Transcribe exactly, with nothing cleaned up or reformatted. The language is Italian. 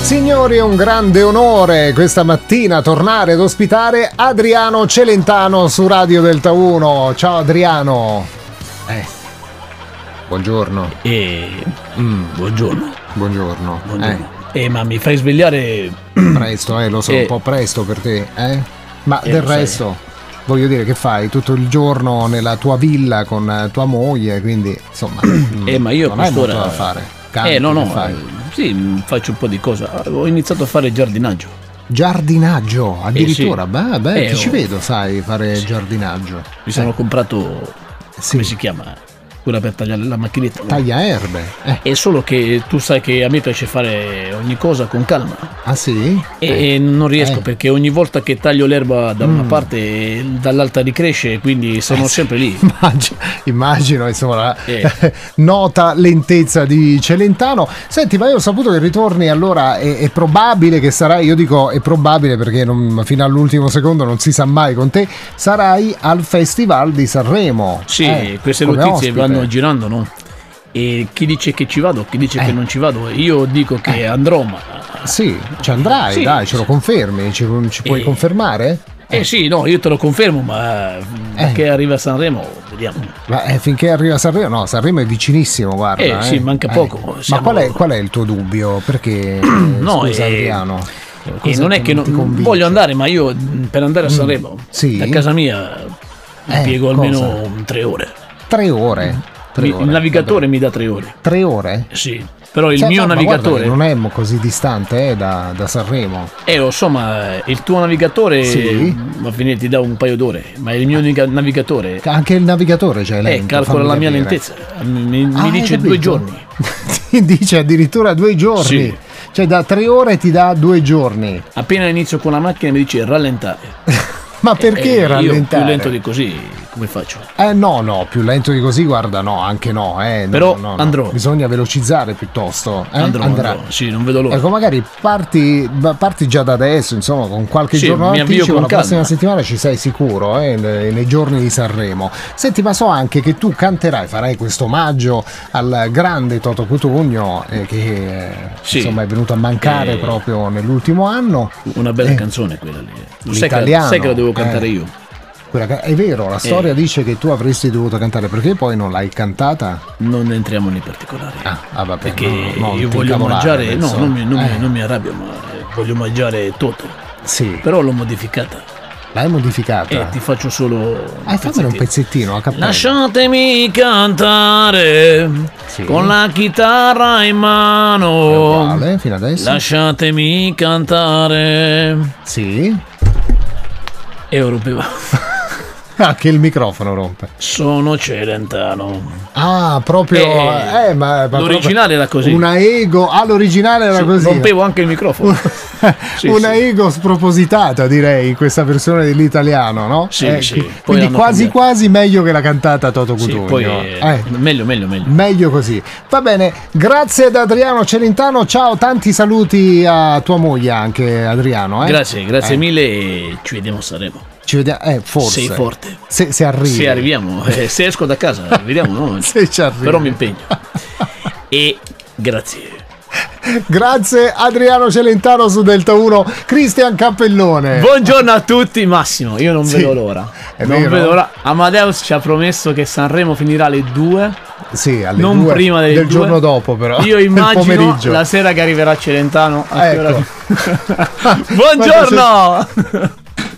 Signori, è un grande onore questa mattina tornare ad ospitare Adriano Celentano su Radio Delta uno. Ciao Adriano. Eh. Buongiorno. E... Mm, buongiorno. Buongiorno. Buongiorno. Eh. eh, ma mi fai svegliare presto, eh, lo so, eh. un po' presto per te, eh? Ma eh, del resto, sai. Voglio dire, che fai tutto il giorno nella tua villa con tua moglie, quindi insomma, eh, ma io non hai molto da ora... fare. Canti, eh, no, no, fai? Sì, faccio un po' di cose. Ho iniziato a fare giardinaggio. Giardinaggio? Addirittura? Eh, sì. Beh, beh eh, ti oh. ci vedo, sai, fare sì. giardinaggio. Mi sono eh. comprato, sì. come si chiama? Quella per tagliare la macchinetta. Tagliaerbe. Eh. È solo che tu sai che a me piace fare ogni cosa con calma. Ah sì? E eh. non riesco eh. perché ogni volta che taglio l'erba da una mm. parte, dall'altra ricresce, quindi sono eh, sempre lì. Immagino, immagino insomma, la eh. nota lentezza di Celentano. Senti, ma io ho saputo che ritorni, allora è, è probabile che sarai, io dico è probabile perché non, fino all'ultimo secondo non si sa mai con te, sarai al Festival di Sanremo. Sì, eh, queste notizie ospite. vanno girando, no? E chi dice che ci vado, chi dice eh. che non ci vado, io dico che eh. andrò, ma sì, ci andrai, sì, dai, ce lo confermi, ci, ci puoi eh. confermare? Eh. eh sì, no, io te lo confermo, ma finché eh. arriva a Sanremo, vediamo. Ma eh, finché arriva a Sanremo, no, Sanremo è vicinissimo, guarda. Eh, eh. sì, manca poco. Eh. Siamo... Ma qual è, qual è il tuo dubbio? Perché, no, scusa, eh, Adriano, e non è che non, voglio andare, ma io per andare a Sanremo, mm, sì? da casa mia mi eh, piego almeno cosa? tre ore. Tre ore? Tre mi, ore. Il navigatore vabbè. mi dà tre ore. Tre ore? Sì, però il cioè, mio no, navigatore non è così distante eh, da, da Sanremo. Eh lo so, ma il tuo navigatore sì? va a finire ti dà un paio d'ore, ma il mio ah. navigatore anche il navigatore c'è lento, eh, calcola la mia capire. lentezza, mi, ah, mi dice due giorni. Ti dice addirittura due giorni? Sì. Cioè da tre ore ti dà due giorni. Appena inizio con la macchina mi dice rallentare. Ma perché eh, rallentare? Io più lento di così, come faccio? Eh no, no, più lento di così, guarda, no, anche no, eh. No, Però no, no. andrò. Bisogna velocizzare piuttosto. Eh? Andrò, Andrà. andrò, sì, non vedo l'ora. Ecco, magari parti, parti già da adesso, insomma, con qualche sì, giorno anticipo, la calma. prossima settimana ci sei sicuro, eh, nei, nei giorni di Sanremo. Senti, ma so anche che tu canterai, farai questo omaggio al grande Toto Cutugno, eh, che sì. insomma è venuto a mancare eh, proprio nell'ultimo anno. Una bella eh, canzone quella lì. L'italiano. Sai che la devo cantare eh. io. È vero, la storia eh. dice che tu avresti dovuto cantare, perché poi non l'hai cantata? Non entriamo nei particolari. Ah, ah vabbè, perché no, no, io voglio mangiare, adesso. no, non mi, non, eh. mi, non mi arrabbio, ma voglio mangiare Toto. Sì. Però l'ho modificata. L'hai modificata? Eh, ti faccio solo. Ah, fammene un pezzettino a cappella. Lasciatemi cantare sì. con la chitarra in mano. Vale, fino adesso. Lasciatemi cantare. Sì. E io rompevo. Ah, che il microfono rompe. Sono Celentano. Ah, proprio. Eh, eh, ma, ma l'originale era così. Una ego. Ah, l'originale era sì, così. Rompevo anche il microfono. sì, una sì. ego spropositata, direi, in questa versione dell'italiano, no? Sì, eh, sì. Quindi quasi cambiato. quasi meglio che la cantata Toto Cutugno. Sì, poi eh. meglio, meglio, meglio. Meglio così. Va bene, grazie ad Adriano Celentano. Ciao, tanti saluti a tua moglie anche, Adriano. Eh? Grazie, grazie eh. mille e ci vediamo a Sanremo. Ci vediamo, eh, forse. Sei forte. Se, se arrivi. Se arriviamo, eh, se esco da casa, vediamo, no? Se ci arrivi. Però mi impegno. E grazie. Grazie Adriano Celentano su Delta uno. Cristian Cappellone. Buongiorno a tutti, Massimo. Io non sì, vedo l'ora. È non vero? vedo l'ora. Amadeus ci ha promesso che Sanremo finirà alle due. Sì, alle non due prima delle del due. giorno dopo, però. Io immagino la sera che arriverà Celentano. Ecco. Buongiorno.